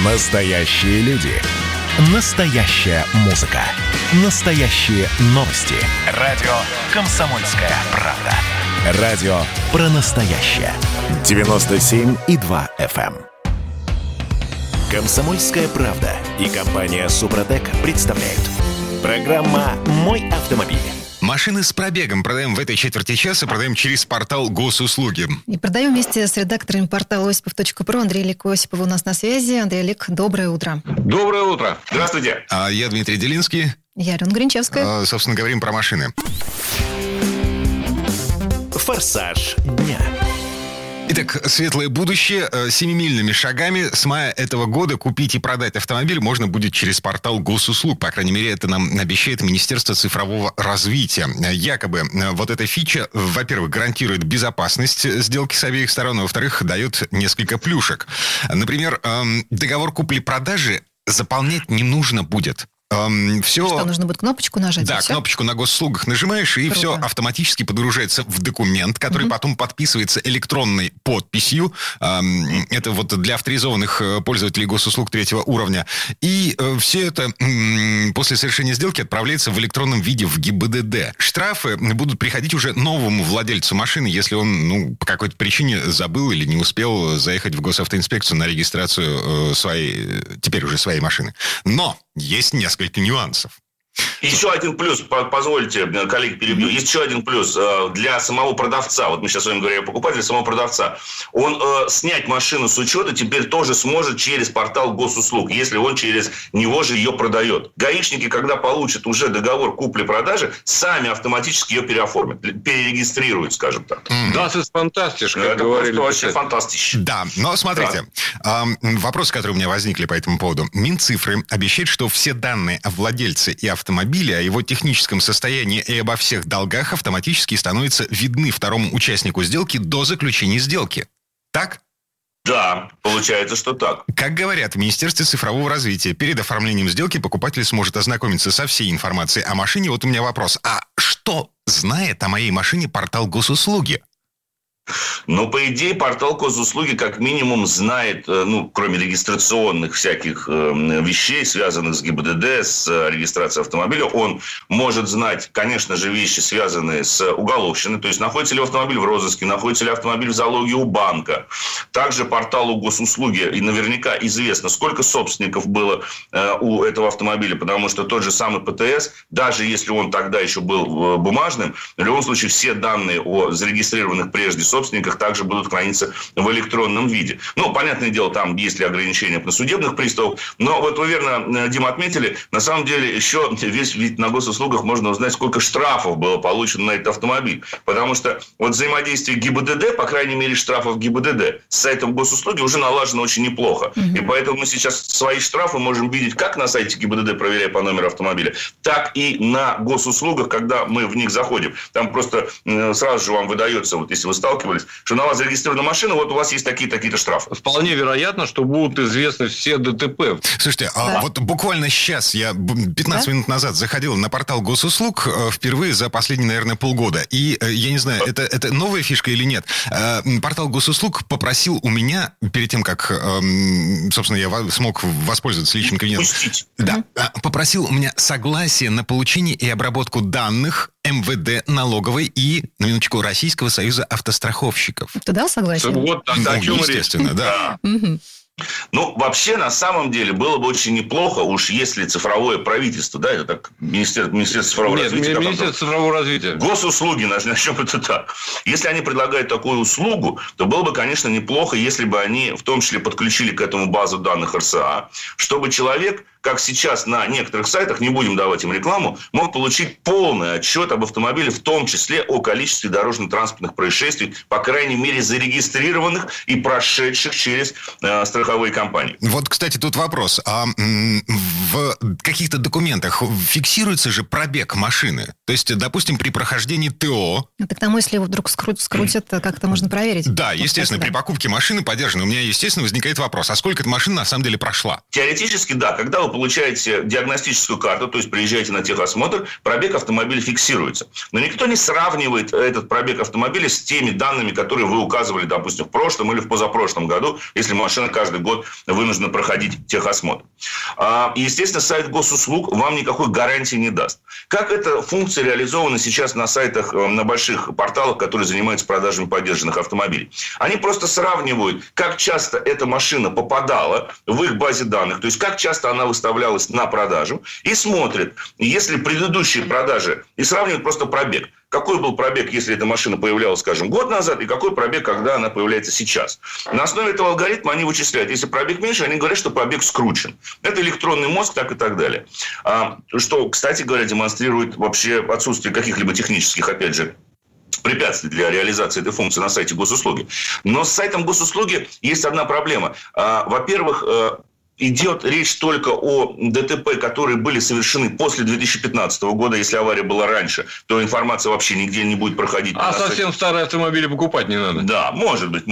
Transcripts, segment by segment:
Настоящие люди. Настоящая музыка. Настоящие новости. Радио «Комсомольская правда». Радио про настоящее. 97,2 FM. «Комсомольская правда» и компания «Супротек» представляют. Программа «Мой автомобиль». Машины с пробегом продаем в этой четверти часа, продаем через портал Госуслуги. И продаем вместе с редактором портала Осипов.про Андрей Олег Осипов у нас на связи. Андрей Олег, доброе утро. Доброе утро. Здравствуйте. Я Дмитрий Делинский. Я Алена Гринчевская. Собственно, говорим про машины. Форсаж дня. Итак, светлое будущее. 7-мильными шагами с мая этого года купить и продать автомобиль можно будет через портал Госуслуг. По крайней мере, это нам обещает Министерство цифрового развития. Якобы вот эта фича, во-первых, гарантирует безопасность сделки с обеих сторон, а во-вторых, дает несколько плюшек. Например, договор купли-продажи заполнять не нужно будет. Все... Что, нужно будет кнопочку нажать? Да, кнопочку на госуслугах нажимаешь, и все автоматически подгружается в документ, который потом подписывается электронной подписью. Это вот для авторизованных пользователей госуслуг 3-го уровня. И все это после совершения сделки отправляется в электронном виде в ГИБДД. Штрафы будут приходить уже новому владельцу машины, если он по какой-то причине забыл или не успел заехать в госавтоинспекцию на регистрацию теперь уже своей машины. Но есть несколько нюансов. Еще один плюс, позвольте, коллеги, перебью. Есть еще один плюс для самого продавца. Вот мы сейчас с вами говорим о покупателе, самого продавца. Он снять машину с учета теперь тоже сможет через портал Госуслуг, если он через него же ее продает. Гаишники, когда получат уже договор купли-продажи, сами автоматически ее переоформят, перерегистрируют, скажем так. Das ist fantastisch, как это говорили. вообще фантастично. Да, но смотрите, вопросы, которые у меня возникли по этому поводу. Минцифры обещает, что все данные о владельце и автомобиля, о его техническом состоянии и обо всех долгах автоматически становятся видны второму участнику сделки до заключения сделки. Так? Да, получается, что так. Как говорят в Министерстве цифрового развития, перед оформлением сделки покупатель сможет ознакомиться со всей информацией о машине. Вот у меня вопрос. А что знает о моей машине портал Госуслуги? Но, по идее, портал Госуслуги как минимум знает, кроме регистрационных всяких вещей, связанных с ГИБДД, с регистрацией автомобиля, он может знать, конечно же, вещи, связанные с уголовщиной, то есть находится ли автомобиль в розыске, находится ли автомобиль в залоге у банка. Также порталу Госуслуги и наверняка известно, сколько собственников было у этого автомобиля, потому что тот же самый ПТС, даже если он тогда еще был бумажным, в любом случае все данные о зарегистрированных прежде собственниках также будут храниться в электронном виде. Понятное дело, там есть ли ограничения на судебных приставов, но вот вы верно, Дима, отметили, на самом деле еще ведь на госуслугах можно узнать, сколько штрафов было получено на этот автомобиль. Потому что вот взаимодействие ГИБДД, по крайней мере, штрафов ГИБДД с сайтом Госуслуги уже налажено очень неплохо. И поэтому мы сейчас свои штрафы можем видеть как на сайте ГИБДД, проверяя по номеру автомобиля, так и на госуслугах, когда мы в них заходим. Там просто сразу же вам выдается, вот если вы сталкивались, что на вас зарегистрирована машина, вот у вас есть такие-то штрафы. Вполне вероятно, что будут известны все ДТП. Слушайте, вот буквально сейчас, я 15 минут назад заходил на портал Госуслуг впервые за последние, наверное, полгода. И я не знаю, это новая фишка или нет. Портал Госуслуг попросил у меня, перед тем, как, собственно, я смог воспользоваться личным кабинетом. Да, попросил у меня согласие на получение и обработку данных МВД, налоговой и, на минуточку, Российского союза автостраховщиков. Ты дал согласие? Вот о чем естественно, да. Вообще, на самом деле, было бы очень неплохо, уж если цифровое правительство, да, это так, Министерство цифрового развития. Министерство цифрового развития. Госуслуги, начнем это так. Если они предлагают такую услугу, то было бы, конечно, неплохо, если бы они, в том числе, подключили к этому базу данных РСА, чтобы человек, как сейчас на некоторых сайтах, не будем давать им рекламу, мог получить полный отчет об автомобиле, в том числе о количестве дорожно-транспортных происшествий, по крайней мере, зарегистрированных и прошедших через страховые компании. Вот, кстати, тут вопрос. А в каких-то документах фиксируется же пробег машины? То есть, допустим, при прохождении ТО... Это к тому, если его вдруг скрутят, как это можно проверить? Да, естественно, при покупке машины подержанной у меня, естественно, возникает вопрос, а сколько эта машина на самом деле прошла? Теоретически, да. Когда вы получаете диагностическую карту, то есть приезжаете на техосмотр, пробег автомобиля фиксируется. Но никто не сравнивает этот пробег автомобиля с теми данными, которые вы указывали, допустим, в прошлом или в позапрошлом году, если машина каждый год вынуждены проходить техосмотр. Естественно, сайт госуслуг вам никакой гарантии не даст. Как эта функция реализована сейчас на сайтах, на больших порталах, которые занимаются продажами подержанных автомобилей? Они просто сравнивают, как часто эта машина попадала в их базе данных, то есть как часто она выставлялась на продажу, и смотрят, если предыдущие продажи, и сравнивают просто пробег. Какой был пробег, если эта машина появлялась, скажем, год назад, и какой пробег, когда она появляется сейчас. На основе этого алгоритма они вычисляют. Если пробег меньше, они говорят, что пробег скручен. Это электронный мозг, так и так далее. Что, кстати говоря, демонстрирует вообще отсутствие каких-либо технических, опять же, препятствий для реализации этой функции на сайте госуслуги. Но с сайтом госуслуги есть одна проблема. Во-первых, идет речь только о ДТП, которые были совершены после 2015 года. Если авария была раньше, то информация вообще нигде не будет проходить. А совсем старые автомобили покупать не надо. Да, может быть.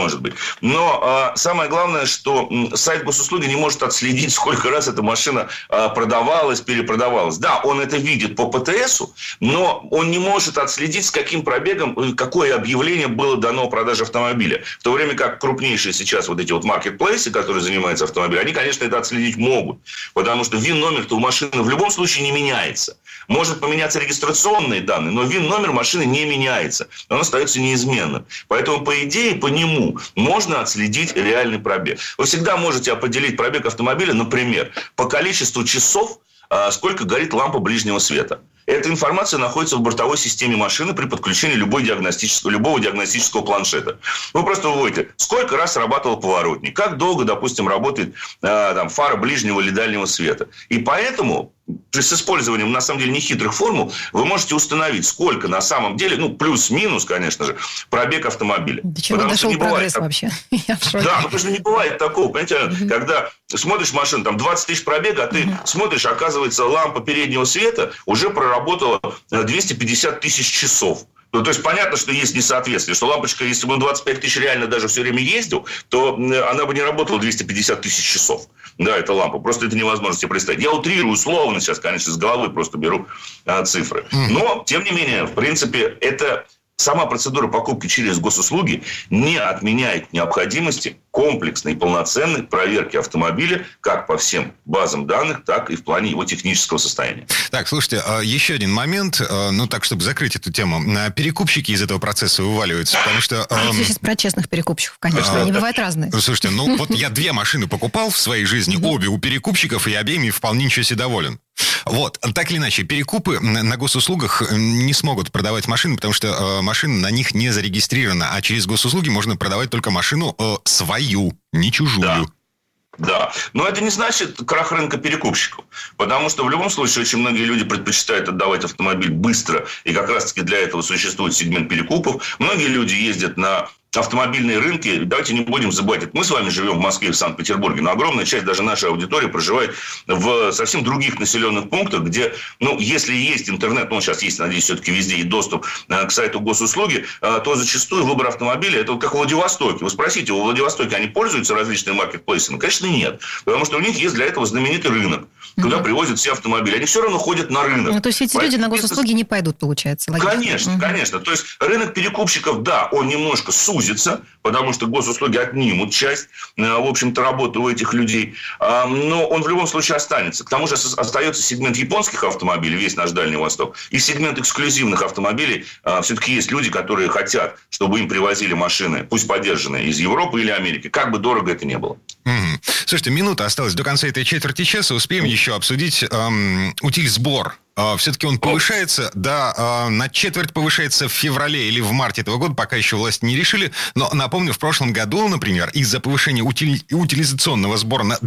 Но самое главное, что сайт госуслуги не может отследить, сколько раз эта машина продавалась, перепродавалась. Да, он это видит по ПТСу, но он не может отследить, с каким пробегом, какое объявление было дано о продаже автомобиля. В то время как крупнейшие сейчас вот эти вот маркетплейсы, которые занимаются автомобилем, они, конечно, это отследить могут. Потому что ВИН-номер-то у машины в любом случае не меняется. Может поменяться регистрационные данные, но ВИН-номер машины не меняется. Он остается неизменным. Поэтому, по идее, по нему можно отследить реальный пробег. Вы всегда можете определить пробег автомобиля, например, по количеству часов, сколько горит лампа ближнего света. Эта информация находится в бортовой системе машины при подключении любого диагностического планшета. Вы просто выводите, сколько раз срабатывал поворотник, как долго, допустим, работает фара ближнего или дальнего света. И поэтому с использованием, на самом деле, нехитрых формул вы можете установить, сколько на самом деле, плюс-минус, конечно же, пробег автомобиля. До чего дошел прогресс вообще? Я в шоке. Да, потому что не бывает такого, понимаете, когда смотришь машину, 20 тысяч пробега, а ты смотришь, оказывается, лампа переднего света уже проработала 250 тысяч часов. То есть, понятно, что есть несоответствие, что лампочка, если бы он 25 тысяч реально даже все время ездил, то она бы не работала 250 тысяч часов. Да, эта лампа. Просто это невозможно себе представить. Я утрирую условно сейчас, конечно, с головы просто беру цифры. Но, тем не менее, в принципе, это... Сама процедура покупки через госуслуги не отменяет необходимости комплексной и полноценной проверки автомобиля как по всем базам данных, так и в плане его технического состояния. Так, слушайте, еще один момент, так, чтобы закрыть эту тему. Перекупщики из этого процесса вываливаются, потому что... Все сейчас про честных перекупщиков, конечно, они бывают разные. Слушайте, вот я 2 машины покупал в своей жизни, обе у перекупщиков, и обеими вполне ничего себе доволен. Вот, так или иначе, перекупы на госуслугах не смогут продавать машины, потому что машина на них не зарегистрирована, а через госуслуги можно продавать только машину свою, не чужую. Да, но это не значит крах рынка перекупщиков, потому что в любом случае очень многие люди предпочитают отдавать автомобиль быстро, и как раз-таки для этого существует сегмент перекупов. Многие люди ездят на автомобильные рынки. Давайте не будем забывать, мы с вами живем в Москве и в Санкт-Петербурге, но огромная часть даже нашей аудитории проживает в совсем других населенных пунктах, где, если есть интернет, сейчас есть, надеюсь, все-таки везде и доступ к сайту госуслуги, то зачастую выбор автомобиля, это вот как в Владивостоке. Вы спросите, во Владивостоке они пользуются различными маркетплейсами? Конечно, нет. Потому что у них есть для этого знаменитый рынок, куда привозят все автомобили. Они все равно ходят на рынок. То есть эти люди на госуслуги не пойдут, получается? Логично. Конечно. То есть рынок перекупщиков, да, он немножко сузится, потому что госуслуги отнимут часть, в общем-то, работы у этих людей. Но он в любом случае останется. К тому же остается сегмент японских автомобилей, весь наш Дальний Восток, и сегмент эксклюзивных автомобилей. Все-таки есть люди, которые хотят, чтобы им привозили машины, пусть подержанные, из Европы или Америки, как бы дорого это ни было. Слушайте, минута осталась до конца этой четверти часа. Успеем еще обсудить утильсбор. Все-таки он повышается, на четверть повышается в феврале или в марте этого года, пока еще власти не решили. Но, напомню, в прошлом году, например, из-за повышения утилизационного сбора на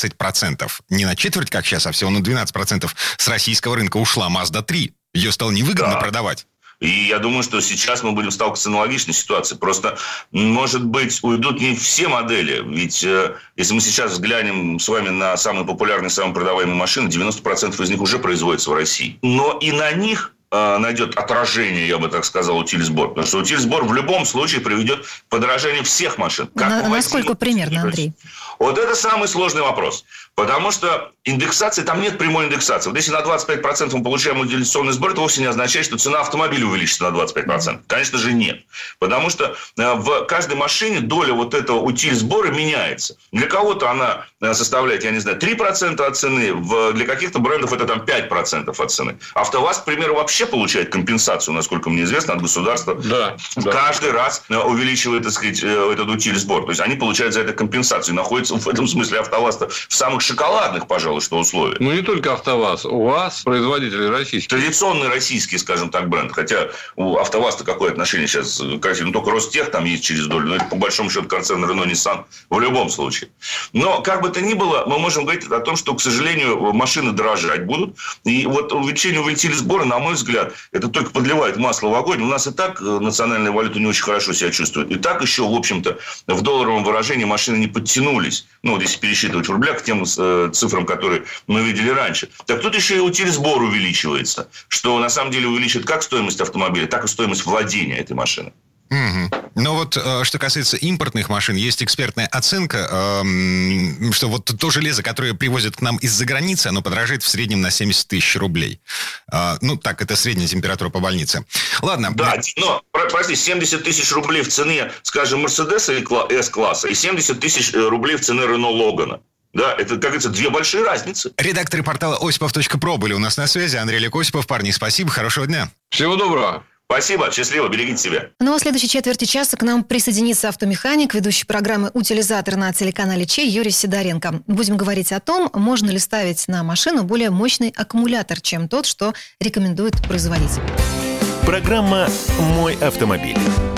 12%, не на четверть, как сейчас, а всего на 12%, с российского рынка ушла Mazda 3. Ее стало невыгодно продавать. И я думаю, что сейчас мы будем сталкиваться с аналогичной ситуацией. Просто, может быть, уйдут не все модели. Ведь если мы сейчас взглянем с вами на самые популярные, самые продаваемые машины, 90% из них уже производятся в России. Но и на них найдет отражение, я бы так сказал, утилизбор. Потому что утилизбор в любом случае приведет к подорожанию всех машин. Насколько примерно, Андрей? Вот это самый сложный вопрос. Потому что индексации, там нет прямой индексации. Вот если на 25% мы получаем утилизационный сбор, это вовсе не означает, что цена автомобиля увеличится на 25%. Конечно же, нет. Потому что в каждой машине доля вот этого утилизбора меняется. Для кого-то она составляет, 3% от цены. Для каких-то брендов это там 5% от цены. АвтоВАЗ, к примеру, вообще получает компенсацию, насколько мне известно, от государства. Да. Каждый раз увеличивает, так сказать, этот утилизбор. То есть они получают за это компенсацию. Находится в этом смысле АвтоВАЗ в самых шоколадных, пожалуй, что условиях. Ну, не только АвтоВАЗ. УАЗ, производители российские. Традиционный российский, скажем так, бренд. Хотя у АвтоВАЗ-то какое отношение сейчас к России? Ну, только Ростех там есть через долю. Но это, по большому счету, концерн Renault, Nissan в любом случае. Но, как бы то ни было, мы можем говорить о том, что, к сожалению, машины дорожать будут. И вот увеличение утилизбора, на мой взгляд, это только подливает масло в огонь. У нас и так национальная валюта не очень хорошо себя чувствует. И так еще, в общем-то, в долларовом выражении машины не подтянулись. Ну, вот если пересчитывать в рублях к тем цифрам, которые мы видели раньше. Так тут еще и утилизбор увеличивается. Что, на самом деле, увеличит как стоимость автомобиля, так и стоимость владения этой машины. Но вот что касается импортных машин, есть экспертная оценка, что вот то железо, которое привозят к нам из-за границы, оно подорожает в среднем на 70 тысяч рублей. Ну, так, это средняя температура по больнице. Ладно. Да, но, прости, 70 тысяч рублей в цене, скажем, Мерседеса С-класса и 70 тысяч рублей в цене Рено Логана. Да, это, как говорится, две большие разницы. Редакторы портала Осипов.про были у нас на связи. Андрей Осипов. Парни, спасибо, хорошего дня. Всего доброго. Спасибо, счастливо, берегите себя. Ну а в следующей четверти часа к нам присоединится автомеханик, ведущий программы «Утилизатор» на телеканале ЧЕ Юрий Сидоренко. Будем говорить о том, можно ли ставить на машину более мощный аккумулятор, чем тот, что рекомендует производитель. Программа «Мой автомобиль».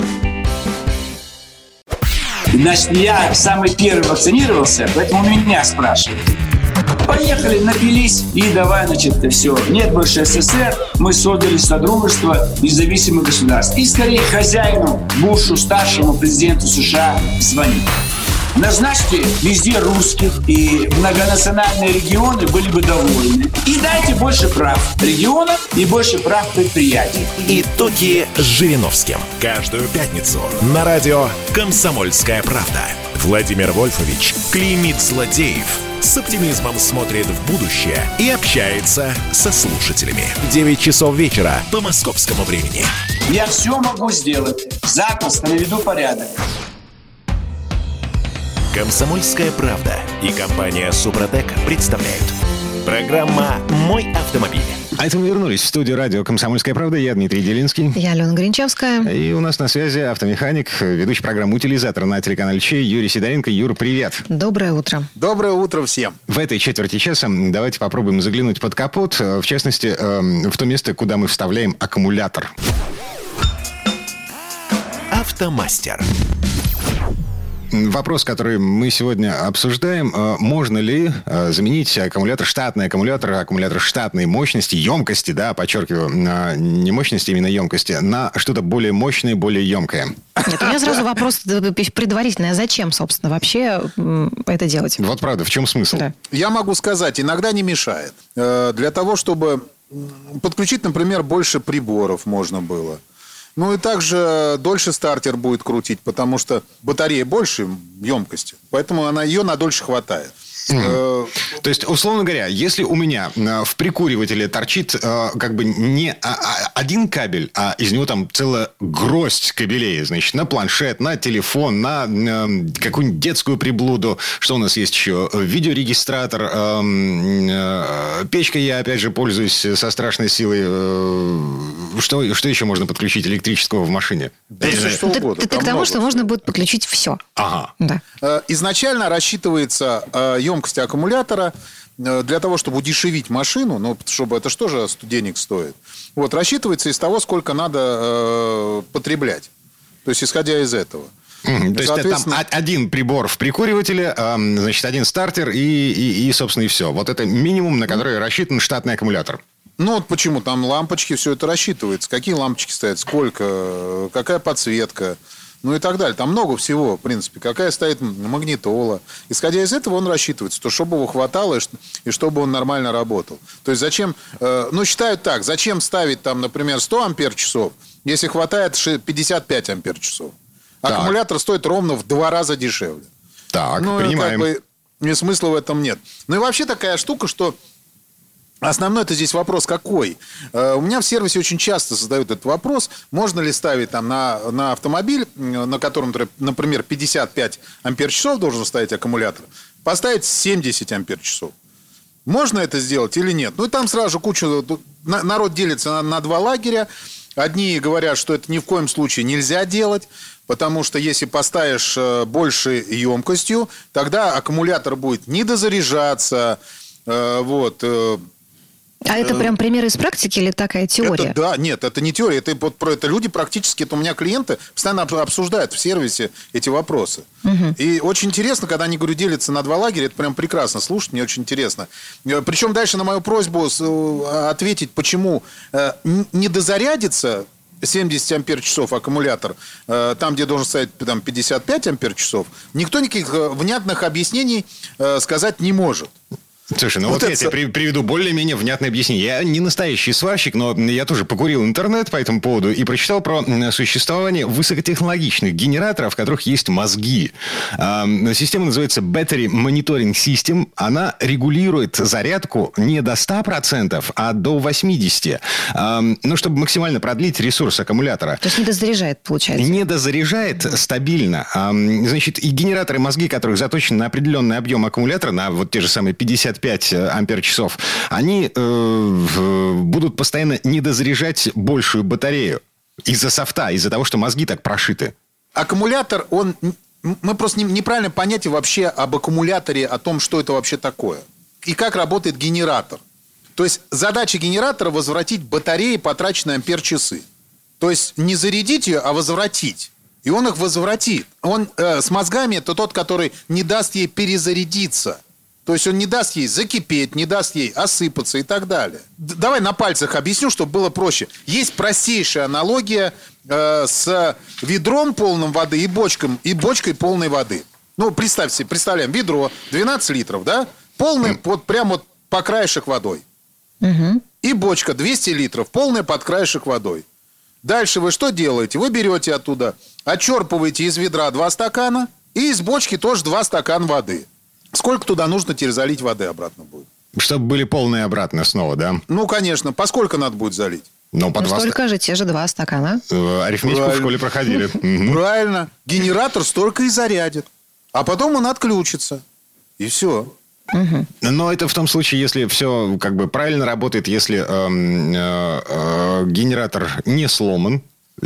Значит, я самый первый вакцинировался, поэтому меня спрашивают. Поехали, напились и давай, значит, все. Нет больше СССР, мы создали Содружество независимых государств. И скорее хозяину Бушу, старшему президенту США, звонить. Назначьте везде русских, и многонациональные регионы были бы довольны. И дайте больше прав регионам и больше прав предприятий. Итоги с Жириновским. Каждую пятницу на радио «Комсомольская правда». Владимир Вольфович клеймит злодеев, с оптимизмом смотрит в будущее и общается со слушателями. 9 часов вечера по московскому времени. Я все могу сделать. Запросто наведу порядок. «Комсомольская правда» и компания «Супротек» представляют. Программа «Мой автомобиль». А это мы вернулись в студию радио «Комсомольская правда». Я Дмитрий Делинский. Я Алена Гринчевская. И у нас на связи автомеханик, ведущий программы «Утилизатор» на телеканале ЧЕ Юрий Сидоренко. Юр, привет. Доброе утро. Доброе утро всем. В этой четверти часа давайте попробуем заглянуть под капот, в частности, в то место, куда мы вставляем аккумулятор. «Автомастер». Вопрос, который мы сегодня обсуждаем, можно ли заменить аккумулятор, штатный аккумулятор штатной мощности, емкости, да, подчеркиваю, не мощности, именно емкости, на что-то более мощное, более емкое? Нет, у меня сразу вопрос предварительный. А зачем, собственно, вообще это делать? Вот правда, в чем смысл? Да. Я могу сказать, иногда не мешает. Для того, чтобы подключить, например, больше приборов можно было. Ну и также дольше стартер будет крутить, потому что батарея больше емкости, поэтому ее на дольше хватает. То есть, условно говоря, если у меня в прикуривателе торчит как бы не один кабель, а из него там целая гроздь кабелей, значит, на планшет, на телефон, на какую-нибудь детскую приблуду, что у нас есть еще? Видеорегистратор, печкой я, опять же, пользуюсь со страшной силой. Что еще можно подключить электрического в машине? Да, что угодно. Ты к тому, что можно будет подключить все. Ага. Да. Изначально рассчитывается емкость аккумулятора для того, чтобы удешевить машину, ну, чтобы это что же денег стоит. Вот, рассчитывается из того, сколько надо потреблять. То есть, исходя из этого. То есть, там один прибор в прикуривателе, значит, один стартер и, собственно, и все. Вот это минимум, на который рассчитан штатный аккумулятор. Ну, вот почему там лампочки, все это рассчитывается. Какие лампочки стоят, сколько, какая подсветка. ну и так далее. Там много всего, в принципе. Какая стоит магнитола. Исходя из этого он рассчитывается, то, чтобы его хватало и чтобы он нормально работал. То есть зачем, считают так, зачем ставить там, например, 100 ампер-часов, если хватает 55 ампер-часов. Аккумулятор стоит ровно в 2 раза дешевле. Так, принимаем. И смысла в этом нет. Ну и вообще такая штука, что основной это здесь вопрос какой? У меня в сервисе очень часто задают этот вопрос. Можно ли ставить там на автомобиль, на котором, например, 55 ампер-часов должен стоять аккумулятор, поставить 70 ампер-часов? Можно это сделать или нет? Ну и там сразу же куча... Народ делится на 2 лагеря. Одни говорят, что это ни в коем случае нельзя делать, потому что если поставишь большей емкостью, тогда аккумулятор будет недозаряжаться. А это прям пример из практики или такая теория? Нет, это не теория. Это люди практически, это у меня клиенты постоянно обсуждают в сервисе эти вопросы. Угу. И очень интересно, когда они, говорю, делятся на 2 лагеря, это прям прекрасно слушать, мне очень интересно. Причем дальше на мою просьбу ответить, почему не дозарядится 70 ампер-часов аккумулятор, там, где должен стоять там, 55 ампер-часов, никто никаких внятных объяснений сказать не может. Слушай, я тебе приведу более-менее внятное объяснение. Я не настоящий сварщик, но я тоже покурил интернет по этому поводу и прочитал про существование высокотехнологичных генераторов, в которых есть мозги. Система называется Battery Monitoring System. Она регулирует зарядку не до 100%, а до 80%. Чтобы максимально продлить ресурс аккумулятора. То есть не дозаряжает, получается? Не дозаряжает стабильно. Значит, и генераторы мозги, которых заточены на определенный объем аккумулятора, на вот те же самые 55 ампер-часов, они будут постоянно недозаряжать большую батарею из-за софта, из-за того, что мозги так прошиты. Аккумулятор, мы просто неправильно понятие вообще об аккумуляторе, о том, что это вообще такое. И как работает генератор. То есть задача генератора возвратить батареи, потраченные ампер-часы. То есть не зарядить ее, а возвратить. И он их возвратит. Он с мозгами это тот, который не даст ей перезарядиться. То есть он не даст ей закипеть, не даст ей осыпаться и так далее. Давай на пальцах объясню, чтобы было проще. Есть простейшая аналогия с ведром полным воды и бочкой полной воды. Представляем, ведро 12 литров, да? Полное прямо по краешек водой. Угу. И бочка 200 литров, полная под краешек водой. Дальше вы что делаете? Вы берете оттуда, отчерпываете из ведра 2 стакана и из бочки тоже 2 стакана воды. Сколько туда нужно теперь залить воды обратно будет? Чтобы были полные обратно снова, да? Ну, конечно. Поскольку надо будет залить? Столько же, те же 2 стакана. Арифметику в школе проходили. Правильно. Генератор столько и зарядит. А потом он отключится. И все. Но это в том случае, если все правильно работает, если генератор не сломан.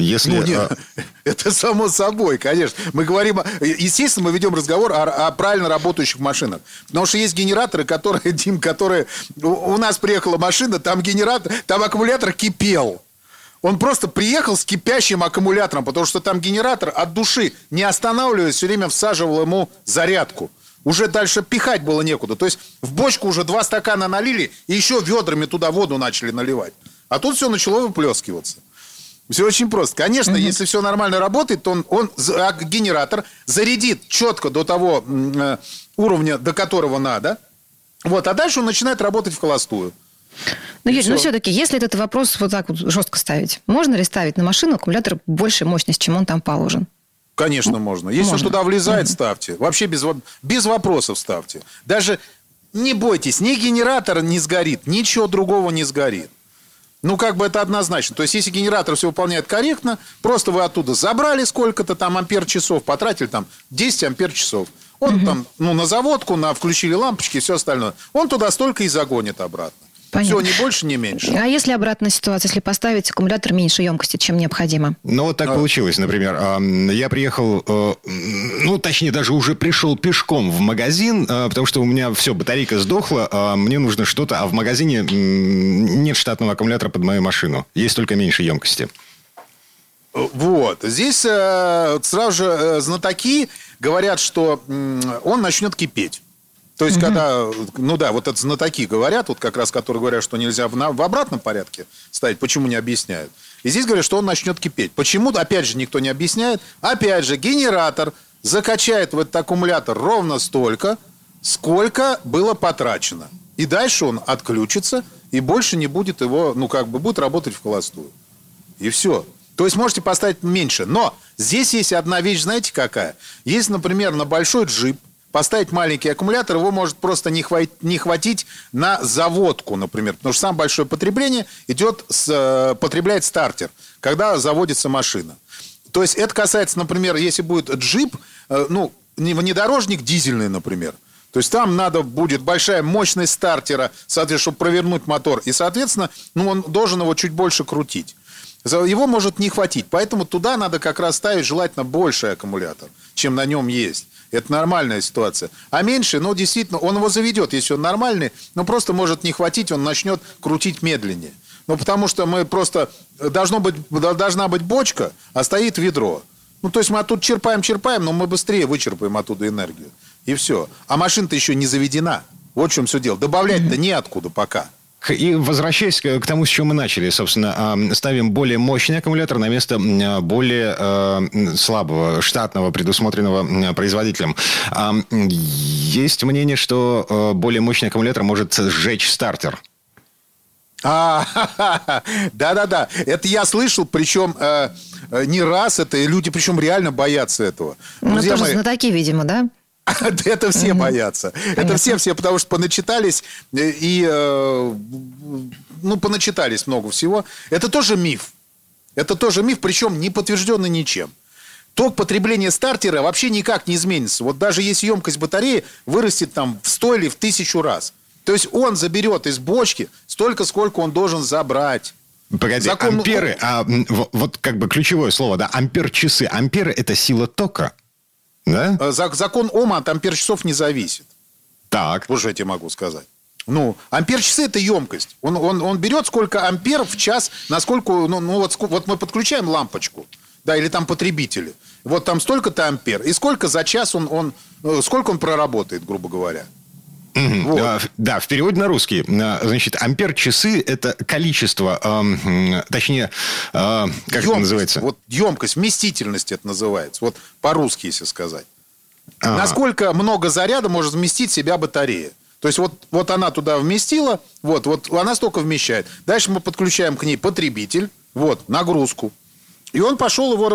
Это само собой, конечно. Мы говорим, естественно, мы ведем разговор о правильно работающих машинах. Потому что есть генераторы, которые... У нас приехала машина, там аккумулятор кипел. Он просто приехал с кипящим аккумулятором, потому что там генератор от души, не останавливаясь, все время всаживал ему зарядку. Уже дальше пихать было некуда. То есть в бочку уже 2 стакана налили, и еще ведрами туда воду начали наливать. А тут все начало выплескиваться. Все очень просто. Конечно, если все нормально работает, то генератор зарядит четко до того уровня, до которого надо. А дальше он начинает работать в холостую. Юрий, но все-таки, если этот вопрос вот так вот жестко ставить, можно ли ставить на машину аккумулятор большей мощности, чем он там положен? Конечно, можно. Если он туда влезает, ставьте. Вообще без вопросов ставьте. Даже не бойтесь, ни генератор не сгорит, ничего другого не сгорит. Это однозначно. То есть, если генератор все выполняет корректно, просто вы оттуда забрали сколько-то там ампер-часов, потратили там 10 ампер-часов. Он там, на заводку, включили лампочки и все остальное. Он туда столько и загонит обратно. Понятно. Все, ни больше, ни меньше. А если обратная ситуация, если поставить аккумулятор меньше емкости, чем необходимо? Так получилось, например. Я приехал, точнее, даже уже пришел пешком в магазин, потому что у меня все, батарейка сдохла, мне нужно что-то, а в магазине нет штатного аккумулятора под мою машину. Есть только меньше емкости. Здесь сразу же знатоки говорят, что он начнет кипеть. То есть, когда, вот это знатоки говорят, вот как раз, которые говорят, что нельзя в обратном порядке ставить, почему не объясняют. И здесь говорят, что он начнет кипеть. Почему, опять же, никто не объясняет. Опять же, генератор закачает в этот аккумулятор ровно столько, сколько было потрачено. И дальше он отключится, и больше не будет его, будет работать в холостую. И все. То есть, можете поставить меньше. Но здесь есть одна вещь, знаете, какая? Есть, например, на большой джип поставить маленький аккумулятор, его может просто не хватить на заводку, например. Потому что самое большое потребление потребляет стартер, когда заводится машина. То есть это касается, например, если будет джип, внедорожник дизельный, например. То есть там надо будет большая мощность стартера, соответственно, чтобы провернуть мотор. И, соответственно, он должен его чуть больше крутить. Его может не хватить. Поэтому туда надо как раз ставить желательно больший аккумулятор, чем на нем есть. Это нормальная ситуация. А меньше, действительно, он его заведет, если он нормальный, но просто может не хватить, он начнет крутить медленнее. Потому что мы просто... Должна быть бочка, а стоит ведро. То есть мы оттуда черпаем, но мы быстрее вычерпаем оттуда энергию. И все. А машина-то еще не заведена. Вот в чем все дело. Добавлять-то неоткуда пока. И возвращаясь к тому, с чего мы начали, собственно, ставим более мощный аккумулятор на место более слабого, штатного, предусмотренного производителем. Есть мнение, что более мощный аккумулятор может сжечь стартер. Да-да-да. Это я слышал, причем не раз. Это люди, причем реально боятся этого. Тоже знатоки, видимо, да? Это все боятся. Понятно. Это все, потому что поначитались поначитались много всего. Это тоже миф. Причем не подтвержденный ничем. Ток потребления стартера вообще никак не изменится. Вот даже если емкость батареи вырастет там в 100 или в 1000 раз. То есть он заберет из бочки столько, сколько он должен забрать. Погоди, амперы, вот как бы ключевое слово, да, ампер-часы. Амперы – это сила тока. Да? Закон Ома от ампер-часов не зависит. Так. Уже я тебе могу сказать. Ампер-часы – это емкость. Он берет сколько ампер в час, насколько... Вот мы подключаем лампочку, да, или там потребители. Вот там столько-то ампер. И сколько за час сколько он проработает, грубо говоря. Вот. Да, в переводе на русский. Значит, ампер-часы – это количество, точнее, как емкость, это называется? Вот емкость, вместительность это называется. Вот по-русски, если сказать. Насколько много заряда может вместить в себя батарея. То есть, вот она туда вместила, вот она столько вмещает. Дальше мы подключаем к ней потребитель, нагрузку. И он пошел его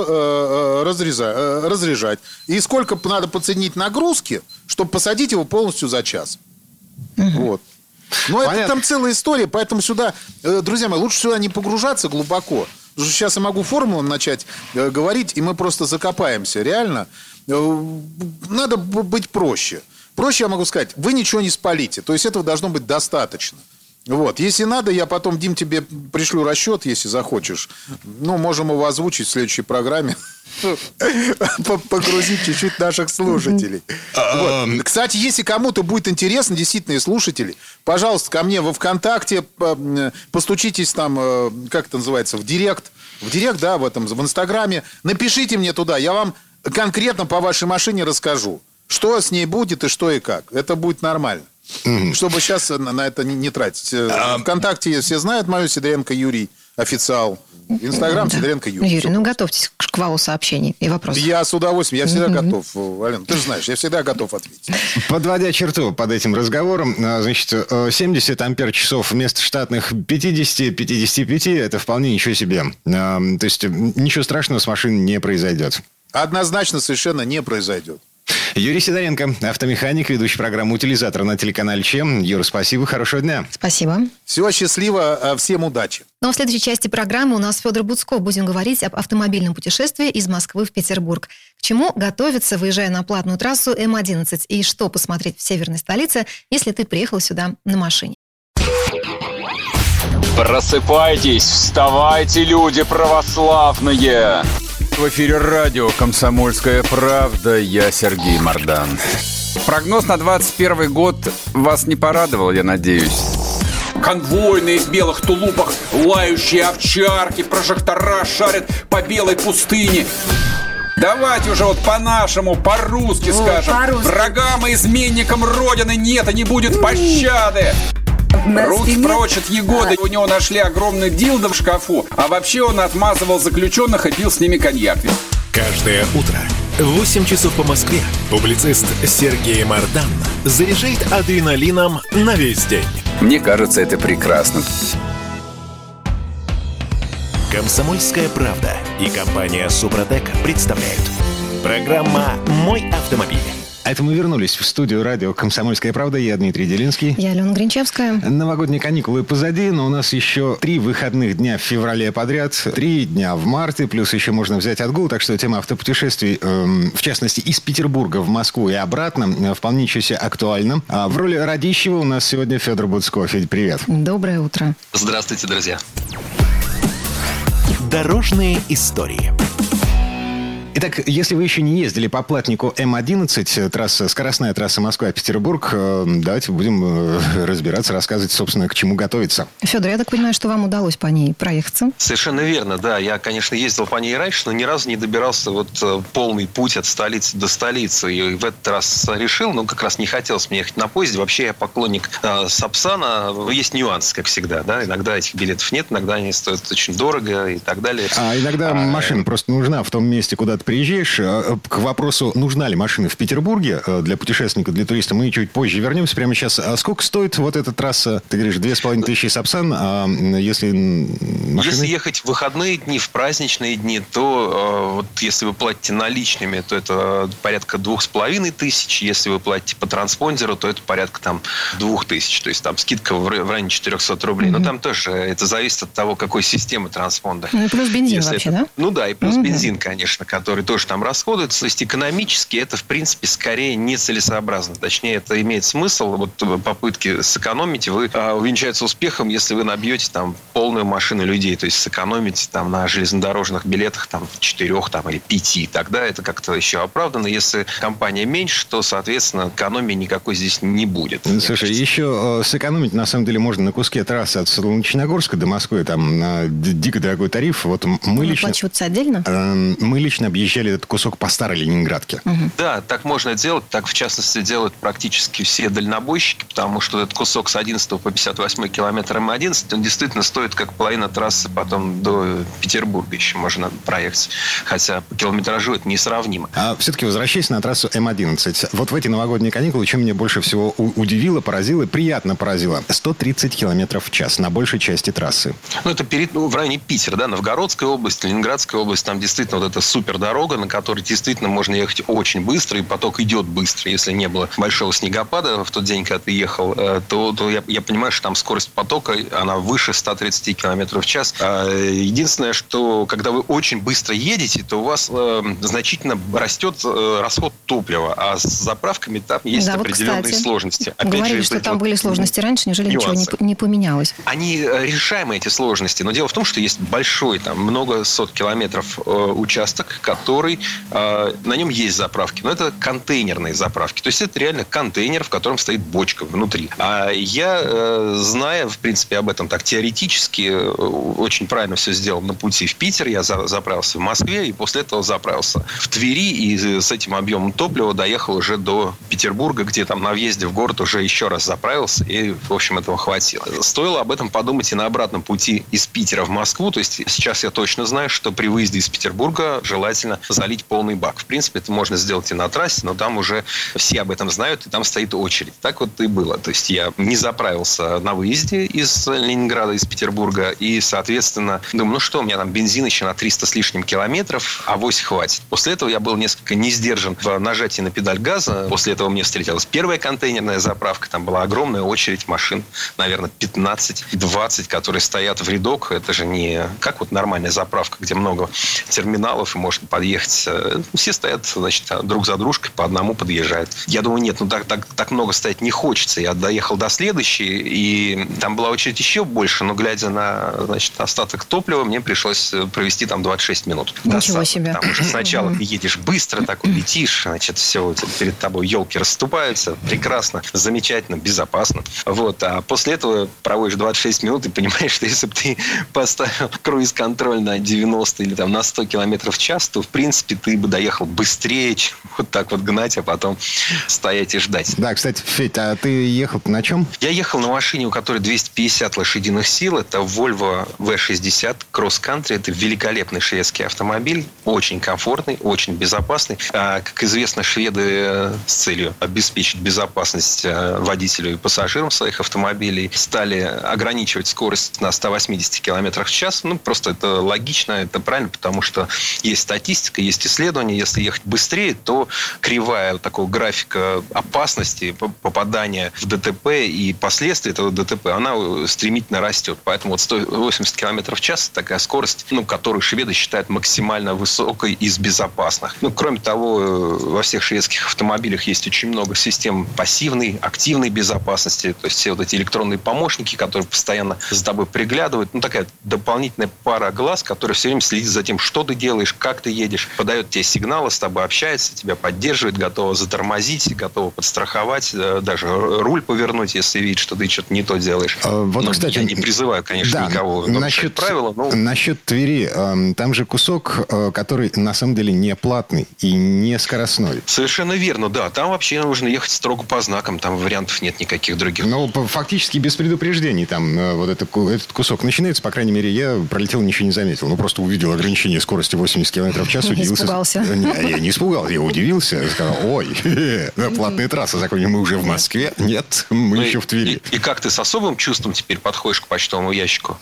разряжать. И сколько надо подсоединить нагрузки, чтобы посадить его полностью за час. Вот. Но это там целая история, поэтому сюда, друзья мои, лучше сюда не погружаться глубоко. Потому что сейчас я могу формулам начать говорить, и мы просто закопаемся. Реально, надо быть проще. Проще я могу сказать, вы ничего не спалите. То есть этого должно быть достаточно. Если надо, я потом, Дим, тебе пришлю расчет, если захочешь. Можем его озвучить в следующей программе. Погрузить чуть-чуть наших слушателей. Кстати, если кому-то будет интересно, действительно, и слушатели, пожалуйста, ко мне во ВКонтакте постучитесь там, как это называется, в Директ. В Директ, да, в Инстаграме. Напишите мне туда, я вам конкретно по вашей машине расскажу, что с ней будет и что и как. Это будет нормально. Чтобы сейчас на это не тратить. ВКонтакте все знают мою, Сидоренко Юрий, официал. Инстаграм Сидоренко Юрий. Юрий, готовьтесь к шквалу сообщений и вопросов. Я с удовольствием, я всегда готов. Ален, ты же знаешь, я всегда готов ответить. Подводя черту под этим разговором, значит, 70 ампер-часов вместо штатных 50-55 – это вполне ничего себе. То есть ничего страшного с машиной не произойдет. Однозначно совершенно не произойдет. Юрий Сидоренко, автомеханик, ведущий программу «Утилизатор» на телеканале ЧЕ. Юра, спасибо, хорошего дня. Спасибо. Всего счастливо, всем удачи. В следующей части программы у нас Федор Буцко. Будем говорить об автомобильном путешествии из Москвы в Петербург. К чему готовиться, выезжая на платную трассу М11, и что посмотреть в северной столице, если ты приехал сюда на машине. Просыпайтесь, вставайте, люди православные! В эфире радио «Комсомольская правда». Я Сергей Мордан. Прогноз на 2021 год вас не порадовал, я надеюсь. Конвойные в белых тулупах, лающие овчарки, прожектора шарят по белой пустыне. Давайте уже вот по-нашему, по-русски скажем. По-русски. Врагам и изменникам Родины нет и не будет пощады. Руки прочь от Егоды. У него нашли огромный дилдо в шкафу. А вообще он отмазывал заключенных и пил с ними коньяк. Каждое утро в 8 часов по Москве публицист Сергей Мардан заряжает адреналином на весь день. Мне кажется, это прекрасно. «Комсомольская правда» и компания «Супротек» представляют. Программа «Мой автомобиль». А это мы вернулись в студию радио «Комсомольская правда». Я Дмитрий Делинский. Я Алена Гринчевская. Новогодние каникулы позади, но у нас еще 3 выходных дня в феврале подряд, 3 дня в марте, плюс еще можно взять отгул. Так что тема автопутешествий, в частности, из Петербурга в Москву и обратно, вполне еще себе актуальна. А в роли радищего у нас сегодня Федор Буцко. Федь, привет. Доброе утро. Здравствуйте, друзья. Дорожные истории. Итак, если вы еще не ездили по платнику М11, скоростная трасса Москва-Петербург, давайте будем разбираться, рассказывать, собственно, к чему готовиться. Федор, я так понимаю, что вам удалось по ней проехаться? Совершенно верно, да. Я, конечно, ездил по ней раньше, но ни разу не добирался полный путь от столицы до столицы. И в этот раз решил, как раз не хотелось мне ехать на поезде. Вообще я поклонник Сапсана. Есть нюансы, как всегда, да. Иногда этих билетов нет, иногда они стоят очень дорого и так далее. А иногда машина просто нужна в том месте, куда ты приезжаешь. К вопросу, нужна ли машина в Петербурге для путешественника, для туриста, мы чуть позже вернемся. Прямо сейчас. А сколько стоит вот эта трасса? Ты говоришь, 2500 Сапсан, а если машины... Если ехать в выходные дни, в праздничные дни, то если вы платите наличными, то это порядка 2500. Если вы платите по транспондеру, то это порядка 2000. То есть там скидка в районе 400 рублей. Но там тоже это зависит от того, какой системы транспондера. Ну и плюс бензин вообще, да? Ну да, и плюс бензин, конечно, который тоже там расходуется. То есть экономически это, в принципе, скорее нецелесообразно. Точнее, это имеет смысл. Попытки сэкономить увенчаются успехом, если вы набьете полную машину людей. То есть сэкономите на железнодорожных билетах 4 или 5. Тогда это как-то еще оправдано. Если компания меньше, то, соответственно, экономии никакой здесь не будет. Слушай, еще сэкономить, на самом деле, можно на куске трассы от Солнечногорска до Москвы. Там дико дорогой тариф. Мы лично объезжали этот кусок по старой Ленинградке. Да, так можно делать. Так, в частности, делают практически все дальнобойщики, потому что этот кусок с 11 по 58 километр М11, он действительно стоит как половина трассы потом до Петербурга еще можно проехать. Хотя по километражу это несравнимо. А все-таки возвращаясь на трассу М11. Вот в эти новогодние каникулы, что меня больше всего удивило, поразило, приятно поразило. 130 километров в час на большей части трассы. Это в районе Питера, да, Новгородская область, Ленинградская область. Там действительно вот эта супердорога, на которой действительно можно ехать очень быстро, и поток идет быстро. Если не было большого снегопада в тот день, когда ты ехал, то я понимаю, что там скорость потока, она выше 130 км в час. Единственное, что когда вы очень быстро едете, то у вас значительно растет расход топлива, а с заправками там есть определенные сложности. Говорили, что там были сложности раньше, неужели ничего не поменялось? Они решаемы, эти сложности, но дело в том, что есть большой, много сот километров участок, который на нем есть заправки, но это контейнерные заправки. То есть это реально контейнер, в котором стоит бочка внутри. А я, зная, в принципе, об этом так теоретически, очень правильно все сделал на пути в Питер. Я заправился в Москве, и после этого заправился в Твери, и с этим объемом топлива доехал уже до Петербурга, где там на въезде в город уже еще раз заправился, и, в общем, этого хватило. Стоило об этом подумать и на обратном пути из Питера в Москву. То есть сейчас я точно знаю, что при выезде из Петербурга желательно залить полный бак. В принципе, это можно сделать и на трассе, но там уже все об этом знают, и там стоит очередь. Так вот и было. То есть я не заправился на выезде из Ленинграда, из Петербурга, и, соответственно, думаю, у меня там бензин еще на 300 с лишним километров, авось хватит. После этого я был несколько не сдержан в нажатии на педаль газа. После этого мне встретилась первая контейнерная заправка. Там была огромная очередь машин, наверное, 15-20, которые стоят в рядок. Это же не как нормальная заправка, где много терминалов, и можно подъехать. Все стоят, друг за дружкой, по одному подъезжают. Я думаю, нет, так много стоять не хочется. Я доехал до следующей, и там была очередь еще больше, но глядя на, остаток топлива, мне пришлось провести там 26 минут. Ничего себе. Потому что сначала ты едешь быстро, летишь, все, перед тобой елки расступаются, прекрасно, замечательно, безопасно. А после этого проводишь 26 минут и понимаешь, что если бы ты поставил круиз-контроль на 90 или на 100 км в час, то, в принципе, ты бы доехал быстрее, чем вот так вот гнать, а потом стоять и ждать. Да, кстати, Федь, а ты ехал на чем? Я ехал на машине, у которой 250 лошадиных сил. Это Volvo V60 Cross Country. Это великолепный шведский автомобиль. Очень комфортный, очень безопасный. Как известно, шведы с целью обеспечить безопасность водителю и пассажирам своих автомобилей стали ограничивать скорость на 180 км в час. Ну, просто это логично, это правильно, потому что есть статистика, есть исследования. Если ехать быстрее, то кривая вот такого графика опасности попадания в ДТП и последствий этого ДТП, она стремительно растет. Поэтому вот 180 км в час такая скорость, которую шведы считают максимально высокой из безопасных. Кроме того, во всех шведских автомобилях есть очень много систем пассивной, активной безопасности. То есть все вот эти электронные помощники, которые постоянно за тобой приглядывают. Такая дополнительная пара глаз, которая все время следит за тем, что ты делаешь, как ты едешь, подает тебе сигналы, с тобой общается, тебя поддерживает, готова затормозить, готова подстраховать, даже руль повернуть, если видит, что ты что-то не то делаешь. Кстати, я не призываю, конечно, никого нарушать правила. Насчет Твери, там же кусок, который на самом деле не платный и не скоростной. Совершенно верно, да. Там вообще нужно ехать строго по знакам, там вариантов нет никаких других. Фактически без предупреждений там вот этот кусок начинается, по крайней мере, я пролетел, ничего не заметил. Просто увидел ограничение скорости 80 км в час, удивился. Испугался. Я не испугался, я удивился. Сказал, платная трасса, мы уже в Москве. Нет, мы еще в Твери. И как ты с особым чувством теперь подходишь к почтовому ящику?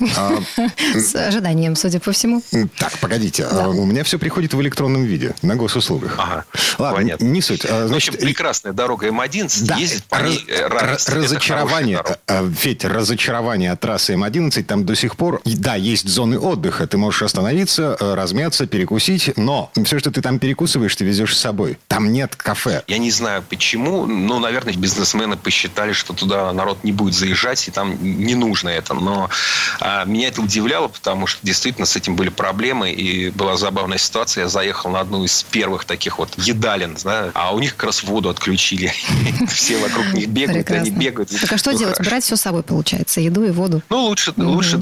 С ожиданием, судя по всему. Так, погодите. У меня все приходит в электронном виде, на госуслугах. Ага, ладно, понятно. Не суть. В общем, прекрасная дорога М11, ездить по ней радость. Разочарование, Федь, разочарование от трассы М11, там до сих пор, да, есть зоны отдыха, ты можешь остановиться, размяться, перекусить, но все, что ты там перекусываешь, ты везешь с собой. Там нет кафе. Я не знаю почему, наверное, бизнесмены посчитали, что туда народ не будет заезжать, и там не нужно это. Но меня это удивляло, потому что действительно с этим были проблемы, и была забавная ситуация. Я заехал на одну из первых таких вот едалин, а у них как раз воду отключили. Все вокруг них бегают, они бегают. Так а что делать? Брать все с собой, получается, еду и воду? Лучше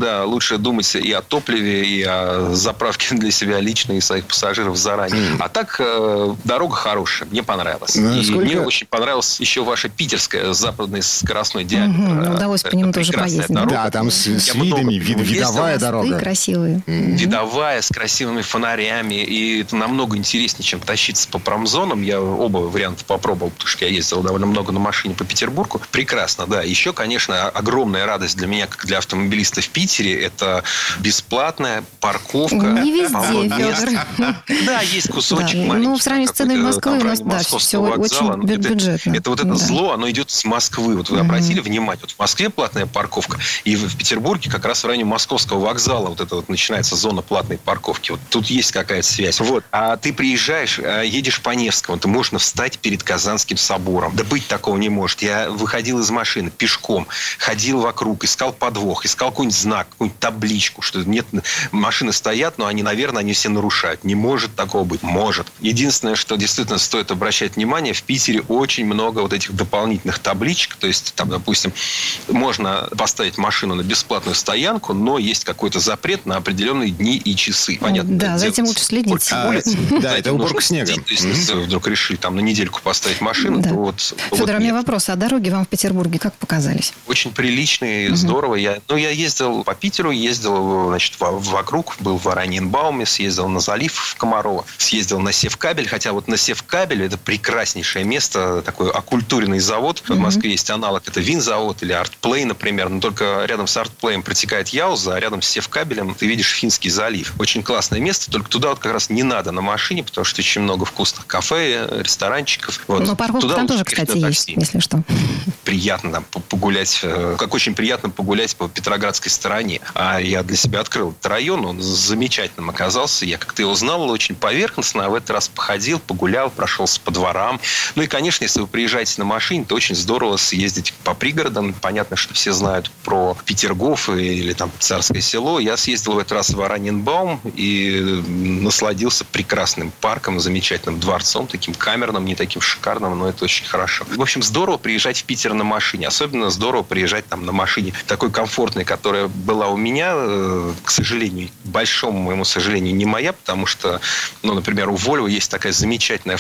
думать и о топливе, и о заправке для себя лично и своих пассажиров заранее. А так, дорога хорошая, мне понравилась. И мне очень понравилась еще ваша питерская западный скоростной диаметр. Удалось по нему тоже поездить. Да, там с видами, видовая дорога. Мосты красивые. Видовая, с красивыми фонарями. И это намного интереснее, чем тащиться по промзонам. Я оба варианта попробовал, потому что я ездил довольно много на машине по Петербургу. Прекрасно, да. Еще, конечно, огромная радость для меня, как для автомобилиста в Питере, это бесплатная парковка. Не везде, Федор. Да, есть кусочек маленький. В сравнении с ценой Москвы у нас, да, все очень бюджетно. Это вот это зло, оно идет с Москвы. Вот вы обратили внимание, вот в Москве платная парковка, и в Петербурге как раз в районе Московского вокзала вот это вот начинается зона платной парковки. Вот тут есть какая-то связь. А ты приезжаешь, едешь по Невскому, ты можешь встать перед Казанским собором. Да быть такого не может. Я выходил из машины пешком, ходил вокруг, искал подвох, искал какой-нибудь знак, какую-нибудь табличку, что нет, машины стоят, но они, наверное, они все нарушают. Не может такого быть. Может. Единственное, что действительно стоит обращать внимание, в Питере очень много вот этих дополнительных табличек. То есть, там, допустим, можно поставить машину на бесплатную стоянку, но есть какой-то запрет на определенные дни и часы. Понятно. Да, за этим лучше следить. Да, это уборка снега. То есть, если вы вдруг решили там на недельку поставить машину, то вот... Федор, у меня вопрос. А дороги вам в Петербурге как показались? Очень приличные, здорово. Я ездил по Питеру, ездил, вокруг, был в Ораниенбауме, съездил на залив в Комарово, съездил на Севкабель, хотя вот на Севкабель это прекраснейшее место, такой окультуренный завод. В Москве есть аналог, это Винзавод или Артплей, например, но только рядом с Артплеем протекает Яуза, а рядом с Севкабелем ты видишь Финский залив. Очень классное место, только туда вот как раз не надо на машине, потому что очень много вкусных кафе, ресторанчиков. Но парковка там тоже, кстати, есть, если что. Приятно там погулять, как очень приятно погулять по Петроградской стороне. А я для себя открыл этот район, он замечательным оказался. Я как-то его знал очень поверхностно, а в этот раз походил, погулял, прошелся по дворам. Ну и, конечно, если вы приезжаете на машине, то очень здорово съездить по пригородам. Понятно, что все знают про Петергоф или там Царское село. Я съездил в этот раз в Ораниенбаум и насладился прекрасным парком, замечательным дворцом, таким камерным, не таким шикарным, но это очень хорошо. В общем, здорово приезжать в Питер на машине. Особенно здорово приезжать там на машине такой комфортной, которая была у меня, к сожалению, к большому моему сожалению, не моя, потому что например, у Volvo есть такая замечательная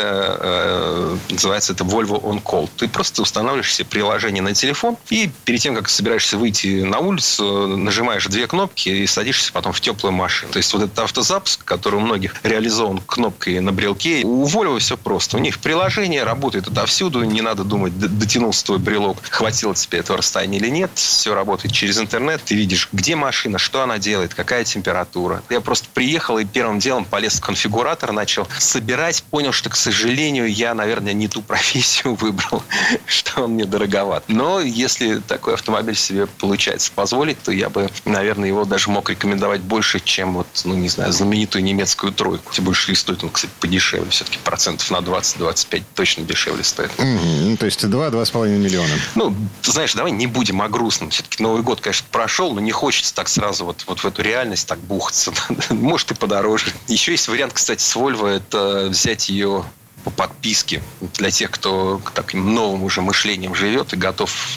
функция, называется это Volvo On Call. Ты просто устанавливаешь себе приложение на телефон, и перед тем, как собираешься выйти на улицу, нажимаешь 2 кнопки и садишься потом в теплую машину. То есть вот этот автозапуск, который у многих реализован кнопкой на брелке, у Volvo все просто. У них приложение работает отовсюду, не надо думать, дотянулся твой брелок, хватило тебе этого расстояния или нет. Все работает через интернет. Ты видишь, где машина, что она делает, какая температура. Я просто приехал и первым делом полез в конфигуратор, начал собирать, понял, что, к сожалению, я, наверное, не ту профессию выбрал, что он мне дороговат. Но если такой автомобиль себе получается позволить, то я бы, наверное, его даже мог рекомендовать больше, чем знаменитую немецкую тройку. Тем больше стоит он, кстати, подешевле. Все-таки процентов на 20-25 точно дешевле стоит. То есть 2-2,5 миллиона. Ты знаешь, давай не будем о грустном. Все-таки Новый год, конечно, прошел, но не хочется так сразу вот в эту реальность так бухаться. Может, и подороже. Еще есть вариант, кстати, с Volvo, это взять ее по подписке для тех, кто таким новым уже мышлением живет и готов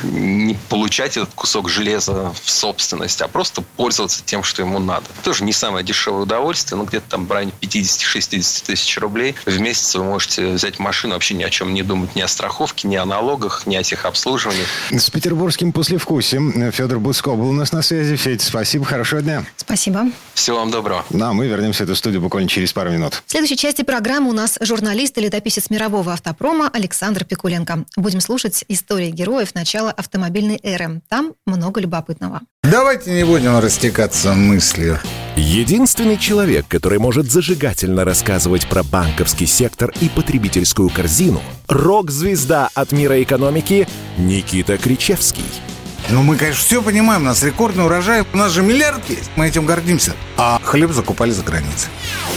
не получать этот кусок железа в собственность, а просто пользоваться тем, что ему надо. Тоже не самое дешевое удовольствие, но где-то там в районе 50-60 тысяч рублей в месяц вы можете взять машину, вообще ни о чем не думать, ни о страховке, ни о налогах, ни о техобслуживании. С петербургским послевкусием Федор Буцко был у нас на связи. Федь, спасибо, хорошего дня. Спасибо. Всего вам доброго. А мы вернемся в эту студию буквально через пару минут. В следующей части программы у нас журналист и летописец мирового автопрома Александр Пикуленко. Будем слушать истории героев начала автомобильной эры. Там много любопытного. Давайте не будем растекаться мыслью. Единственный человек, который может зажигательно рассказывать про банковский сектор и потребительскую корзину – рок-звезда от мира экономики Никита Кричевский. Мы, конечно, все понимаем, у нас рекордный урожай, у нас же миллиард есть, мы этим гордимся. А хлеб закупали за границей.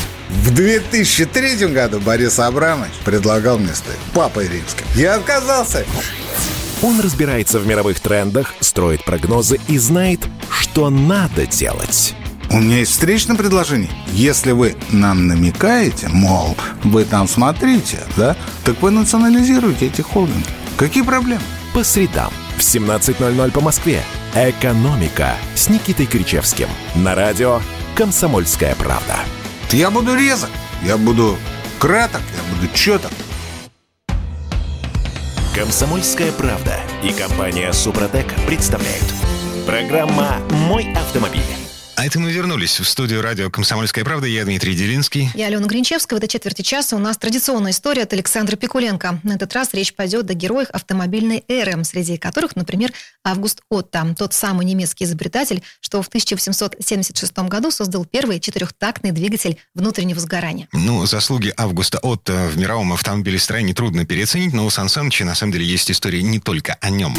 В 2003 году Борис Абрамович предлагал мне стать папой римским. Я отказался. Он разбирается в мировых трендах, строит прогнозы и знает, что надо делать. У меня есть встречное предложение. Если вы нам намекаете, мол, вы там смотрите, да, так вы национализируете эти холдинги. Какие проблемы? По средам в 17:00 по Москве. «Экономика» с Никитой Кричевским. На радио «Комсомольская правда». Я буду резок, я буду краток, я буду чёток. «Комсомольская правда» и компания «Супротек» представляют. Программа «Мой автомобиль». А это мы вернулись в студию радио «Комсомольская правда». Я Дмитрий Делинский. Я Алена Гринчевская. В этой четверти часа у нас традиционная история от Александра Пикуленко. На этот раз речь пойдет о героях автомобильной эры, среди которых, например, Август Отто, тот самый немецкий изобретатель, что в 1876 году создал первый 4-тактный двигатель внутреннего сгорания. Заслуги Августа Отто в мировом автомобилестроении трудно переоценить, но у Сан Саныча на самом деле есть история не только о нем.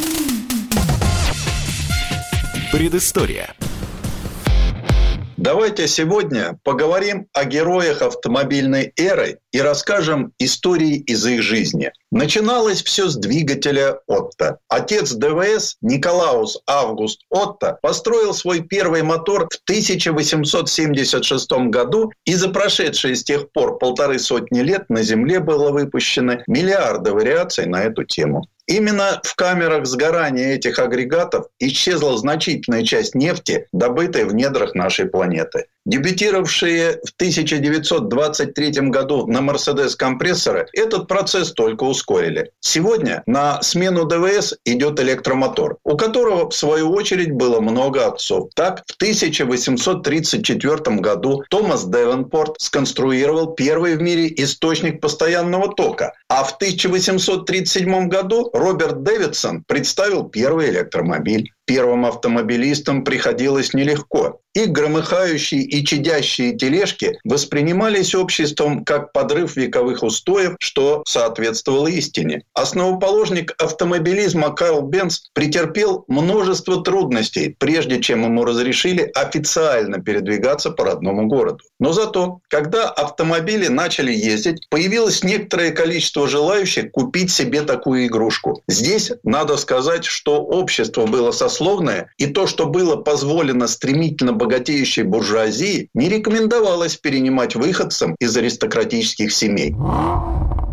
Предыстория. Давайте сегодня поговорим о героях автомобильной эры и расскажем истории из их жизни. Начиналось все с двигателя Отто. Отец ДВС Николаус Август Отто построил свой первый мотор в 1876 году, и за прошедшие с тех пор 150 лет на Земле было выпущено миллиарды вариаций на эту тему. Именно в камерах сгорания этих агрегатов исчезла значительная часть нефти, добытой в недрах нашей планеты. Дебютировавшие в 1923 году на «Мерседес» этот процесс только ускорили. Сегодня на смену ДВС идет электромотор, у которого, в свою очередь, было много отцов. Так, в 1834 году Томас Девенпорт сконструировал первый в мире источник постоянного тока, а в 1837 году Роберт Дэвидсон представил первый электромобиль. Первым автомобилистам приходилось нелегко. Их громыхающие и чадящие тележки воспринимались обществом как подрыв вековых устоев, что соответствовало истине. Основоположник автомобилизма Карл Бенц претерпел множество трудностей, прежде чем ему разрешили официально передвигаться по родному городу. Но зато, когда автомобили начали ездить, появилось некоторое количество желающих купить себе такую игрушку. Здесь надо сказать, что общество было сословное, и то, что было позволено стремительно богатеющей буржуазии, не рекомендовалось перенимать выходцам из аристократических семей.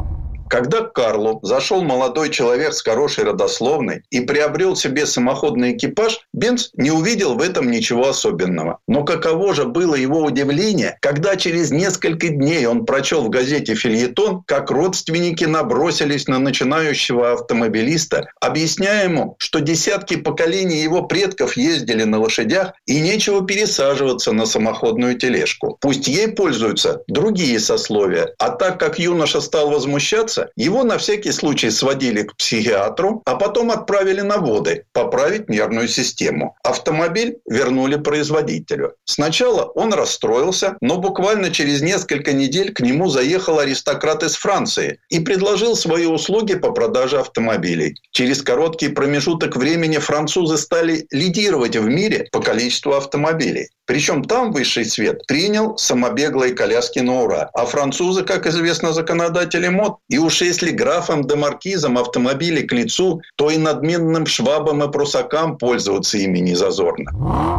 Когда к Карлу зашел молодой человек с хорошей родословной и приобрел себе самоходный экипаж, Бенц не увидел в этом ничего особенного. Но каково же было его удивление, когда через несколько дней он прочел в газете фельетон, как родственники набросились на начинающего автомобилиста, объясняя ему, что десятки поколений его предков ездили на лошадях и нечего пересаживаться на самоходную тележку. Пусть ей пользуются другие сословия. А так как юноша стал возмущаться, его на всякий случай сводили к психиатру, а потом отправили на воды поправить нервную систему. Автомобиль вернули производителю. Сначала он расстроился, но буквально через несколько недель к нему заехал аристократ из Франции и предложил свои услуги по продаже автомобилей. Через короткий промежуток времени французы стали лидировать в мире по количеству автомобилей. Причем там высший свет принял самобеглые коляски на ура. А французы, как известно, законодатели мод. И уж если графам да маркизам автомобили к лицу, то и надменным швабам и прусакам пользоваться ими не зазорно.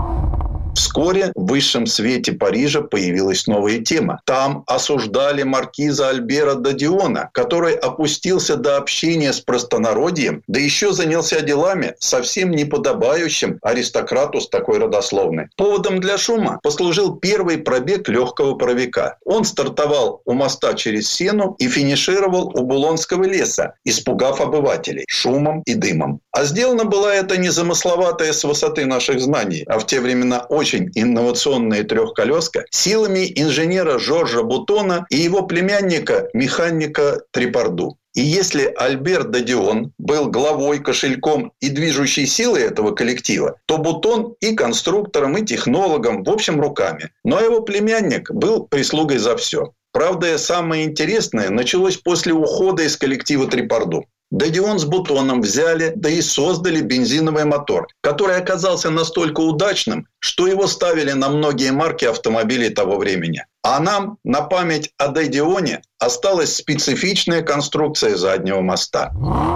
Вскоре в высшем свете Парижа появилась новая тема. Там осуждали маркиза Альбера де Диона, который опустился до общения с простонародьем, да еще занялся делами, совсем не подобающим аристократу с такой родословной. Поводом для шума послужил первый пробег легкого паровика. Он стартовал у моста через Сену и финишировал у Булонского леса, испугав обывателей шумом и дымом. А сделано было это незамысловатое с высоты наших знаний, а в те времена очень инновационная трехколеска, силами инженера Жоржа Бутона и его племянника, механика Трепарду. И если Альбер де Дион был главой, кошельком и движущей силой этого коллектива, то Бутон и конструктором, и технологом, в общем, руками. Но его племянник был прислугой за все. Правда, самое интересное началось после ухода из коллектива Трепарду. Де Дион с Бутоном взяли, да и создали бензиновый мотор, который оказался настолько удачным, что его ставили на многие марки автомобилей того времени. А нам на память о Де Дионе осталась специфичная конструкция заднего моста.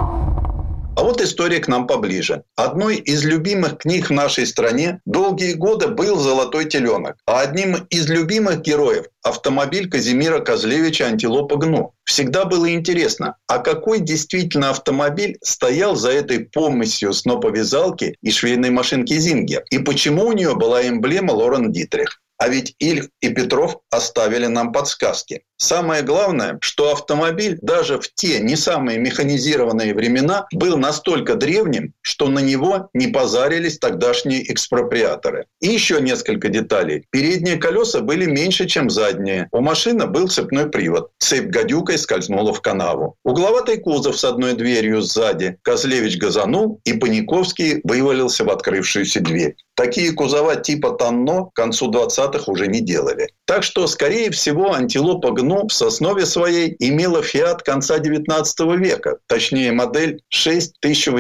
А вот история к нам поближе. Одной из любимых книг в нашей стране долгие годы был «Золотой теленок», а одним из любимых героев – автомобиль Казимира Козлевича «Антилопа Гну». Всегда было интересно, а какой действительно автомобиль стоял за этой помесью сноповязалки и швейной машинки «Зингер», и почему у нее была эмблема Лорен Дитрих. А ведь Ильф и Петров оставили нам подсказки. Самое главное, что автомобиль даже в те не самые механизированные времена был настолько древним, что на него не позарились тогдашние экспроприаторы. И еще несколько деталей. Передние колеса были меньше, чем задние. У машины был цепной привод. Цепь гадюкой скользнула в канаву. Угловатый кузов с одной дверью сзади. Козлевич газанул, и Паниковский вывалился в открывшуюся дверь. Такие кузова типа Танно к концу 20-х уже не делали. Так что, скорее всего, «Антилопа Гну» в основе своей имела «Фиат» конца 19 века, точнее модель 6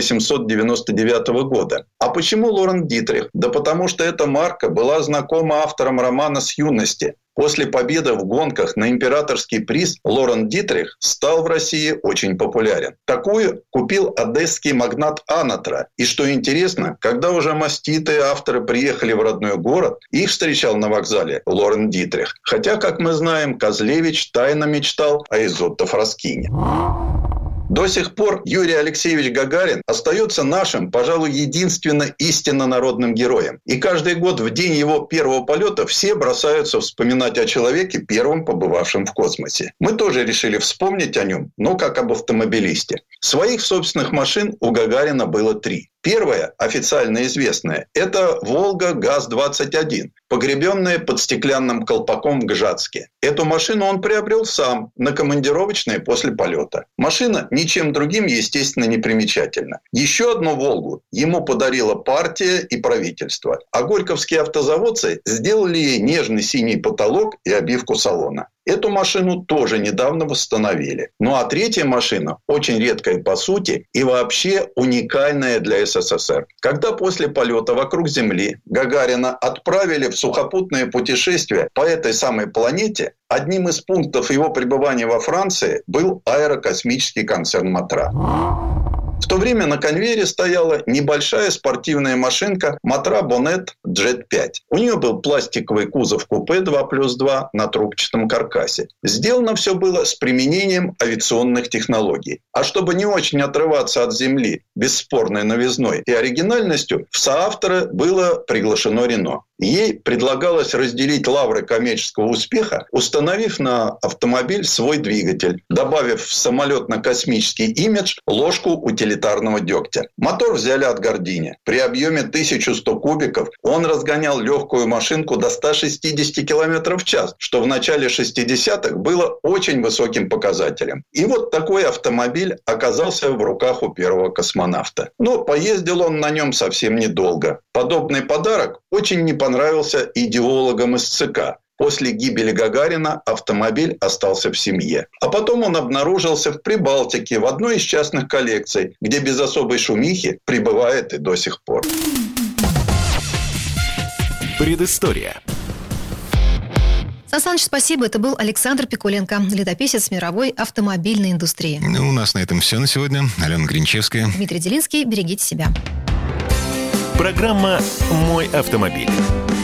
1899 года. А почему Лорен Дитрих? Да потому что эта марка была знакома авторам романа с юности. После победы в гонках на императорский приз Лорен Дитрих стал в России очень популярен. Такую купил одесский магнат Анатра. И что интересно, когда уже маститые авторы приехали в родной город, их встречал на вокзале Лорен Дитрих. Хотя, как мы знаем, Козлевич тайно мечтал о Изотто Фраскине. До сих пор Юрий Алексеевич Гагарин остается нашим, пожалуй, единственно истинно народным героем. И каждый год в день его первого полета все бросаются вспоминать о человеке, первым побывавшем в космосе. Мы тоже решили вспомнить о нем, но как об автомобилисте. Своих собственных машин у Гагарина было 3. Первая, официально известная, это «Волга ГАЗ-21», погребенная под стеклянным колпаком в Гжатске. Эту машину он приобрел сам, на командировочной после полета. Машина ничем другим, естественно, не примечательна. Еще одну «Волгу» ему подарила партия и правительство. А горьковские автозаводцы сделали ей нежный синий потолок и обивку салона. Эту машину тоже недавно восстановили. Ну а третья машина, очень редкая по сути и вообще уникальная для СССР. Когда после полета вокруг Земли Гагарина отправили в сухопутное путешествие по этой самой планете, одним из пунктов его пребывания во Франции был аэрокосмический концерн «Матра». В В то время на конвейере стояла небольшая спортивная машинка Matra Bonnet Jet 5. У нее был пластиковый кузов купе 2+2 на трубчатом каркасе. Сделано все было с применением авиационных технологий. А чтобы не очень отрываться от земли бесспорной новизной и оригинальностью, в соавторы было приглашено Рено. Ей предлагалось разделить лавры коммерческого успеха, установив на автомобиль свой двигатель, добавив в самолетно-космический имидж ложку утилитарного дегтя. Мотор взяли от Гордини. При объеме 1100 кубиков он разгонял легкую машинку до 160 км в час, что в начале 60-х было очень высоким показателем. И вот такой автомобиль оказался в руках у первого космонавта. Но поездил он на нем совсем недолго. Подобный подарок очень не понравился идеологам из ЦК. После гибели Гагарина автомобиль остался в семье. А потом он обнаружился в Прибалтике в одной из частных коллекций, где без особой шумихи пребывает и до сих пор. Предыстория. Сан Саныч, спасибо. Это был Александр Пикуленко, летописец мировой автомобильной индустрии. У нас на этом все на сегодня. Алена Гринчевская. Дмитрий Делинский. Берегите себя. Программа «Мой автомобиль».